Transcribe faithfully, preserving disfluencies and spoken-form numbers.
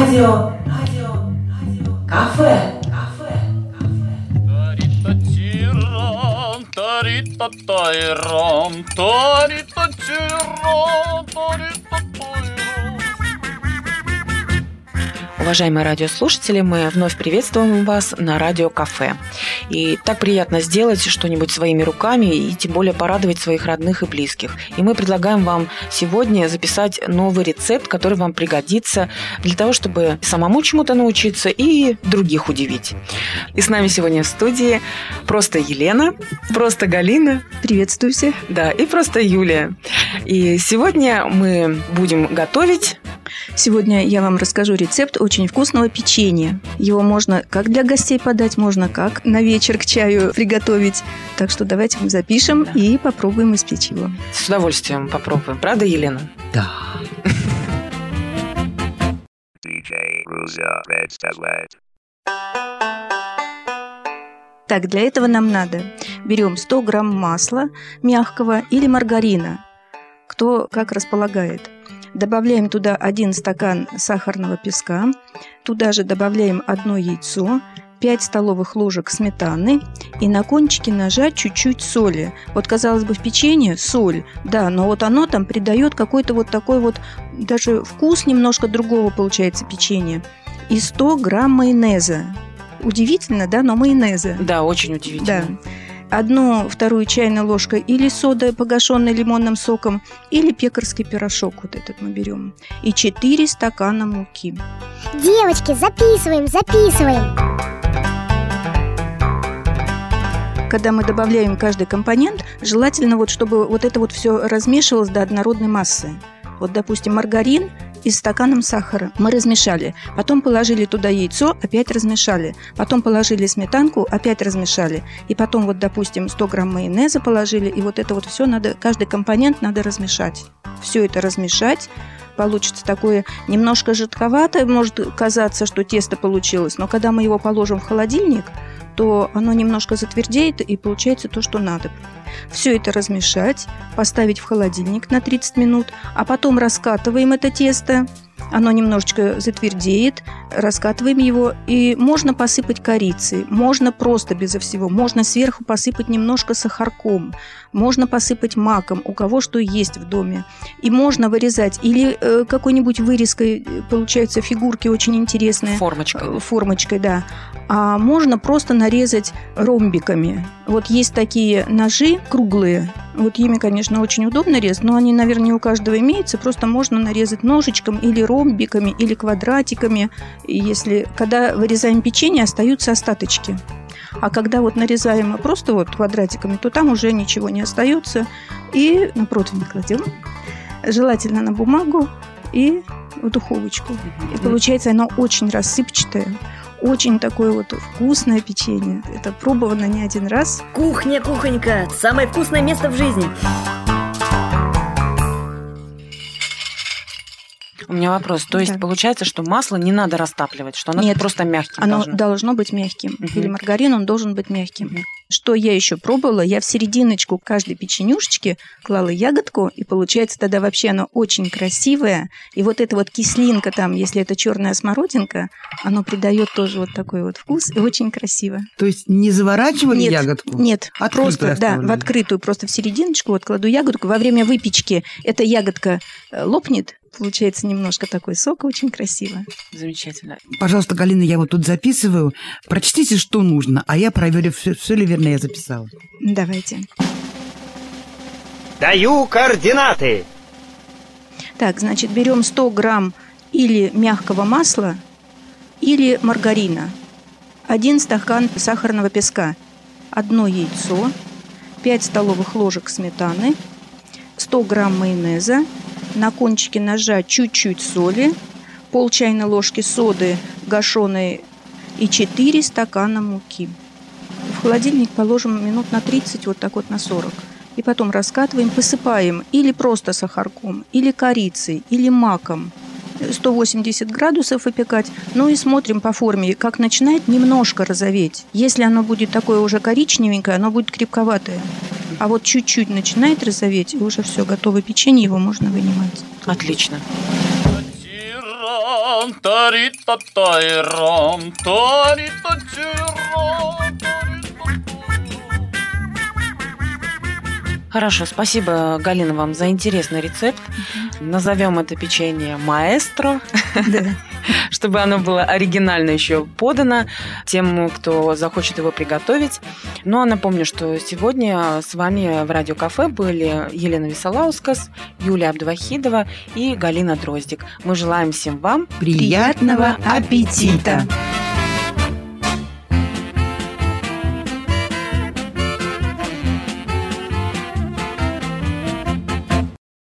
Радио, радио, радио, кафе. Уважаемые радиослушатели, мы вновь приветствуем вас на Радио Кафе. И так приятно сделать что-нибудь своими руками и тем более порадовать своих родных и близких. И мы предлагаем вам сегодня записать новый рецепт, который вам пригодится для того, чтобы самому чему-то научиться и других удивить. И с нами сегодня в студии просто Елена, просто Галина. Приветствую всех. Да, и просто Юлия. И сегодня мы будем готовить... Сегодня я вам расскажу рецепт очень вкусного печенья. Его можно как для гостей подать, можно как на вечер к чаю приготовить. Так что давайте мы запишем да. и попробуем испечь его. С удовольствием попробуем. Правда, Елена? Да. Так, для этого нам надо. Берем сто грамм масла мягкого или маргарина. Кто как располагает. Добавляем туда один стакан сахарного песка, туда же добавляем одно яйцо, пять столовых ложек сметаны и на кончике ножа чуть-чуть соли. Вот, казалось бы, в печенье соль, да, но вот оно там придает какой-то вот такой вот, даже вкус немножко другого получается печенье. И сто грамм майонеза. Удивительно, да, но майонеза. Да, очень удивительно. Да. Одну вторую чайную ложку или сода, погашенной лимонным соком, или пекарский пирожок, вот этот мы берем. И четыре стакана муки. Девочки, записываем, записываем. Когда мы добавляем каждый компонент, желательно, вот, чтобы вот это вот все размешивалось до однородной массы. Вот, допустим, маргарин и с стаканом сахара мы размешали. Потом положили туда яйцо, опять размешали. Потом положили сметанку, опять размешали. И потом, вот, допустим, сто грамм майонеза положили. И вот это вот все надо, каждый компонент надо размешать. Все это размешать. Получится такое немножко жидковатое. Может казаться, что тесто получилось. Но когда мы его положим в холодильник, то оно немножко затвердеет и получается то, что надо. Все это размешать, поставить в холодильник на тридцать минут, а потом раскатываем это тесто. Оно немножечко затвердеет, раскатываем его, и можно посыпать корицей, можно просто безо всего, можно сверху посыпать немножко сахарком, можно посыпать маком, у кого что есть в доме. И можно вырезать или э, какой-нибудь вырезкой, получается, фигурки очень интересные. Формочкой. Формочкой, да. А можно просто нарезать ромбиками. Вот есть такие ножи круглые. Вот ими, конечно, очень удобно резать, но они, наверное, не у каждого имеются. Просто можно нарезать ножичком или ромбиками, или квадратиками. И если, когда вырезаем печенье, остаются остаточки. А когда вот нарезаем просто вот квадратиками, то там уже ничего не остается. И на противень кладем. Желательно на бумагу и в духовочку. И получается оно очень рассыпчатое. Очень такое вот вкусное печенье. Это пробовано не один раз. Кухня, кухонька, самое вкусное место в жизни. У меня вопрос. То есть да. получается, что масло не надо растапливать, что оно Нет, просто мягким оно должно? должно быть мягким. Угу. Или маргарин, он должен быть мягким. Угу. Что я еще пробовала? Я в серединочку каждой печенюшечки клала ягодку, и получается тогда вообще оно очень красивое. И вот эта вот кислинка там, если это черная смородинка, оно придает тоже вот такой вот вкус, и очень красиво. То есть не заворачивали нет, ягодку? Нет, Открытую просто да, оставили? в открытую, просто в серединочку вот кладу ягодку. Во время выпечки эта ягодка лопнет, получается немножко такой сок, очень красиво. Замечательно. Пожалуйста, Галина, я вот тут записываю. Прочтите, что нужно, а я проверю, все, все ли верно я записала. Давайте. Даю координаты. Так, значит, берем сто грамм или мягкого масла, или маргарина, один стакан сахарного песка, одно яйцо, пять столовых ложек сметаны, сто грамм майонеза, на кончике ножа чуть-чуть соли, пол чайной ложки соды гашеной и четыре стакана муки. В холодильник положим минут на тридцать, вот так вот на сорок. И потом раскатываем, посыпаем или просто сахарком, или корицей, или маком. сто восемьдесят градусов выпекать. Ну и смотрим по форме, как начинает немножко розоветь. Если оно будет такое уже коричневенькое, оно будет крепковатое. А вот чуть-чуть начинает розоветь, и уже все, готовое печенье, его можно вынимать. Отлично. тайрам, тарита тайрам, тарита тирам, Хорошо, спасибо, Галина, вам за интересный рецепт. Назовем это печенье маэстро, чтобы оно было оригинально еще подано тем, кто захочет его приготовить. Ну, а напомню, что сегодня с вами в радиокафе были Елена Висолаускас, Юлия Абдувахидова и Галина Дроздик. Мы желаем всем вам Приятного аппетита!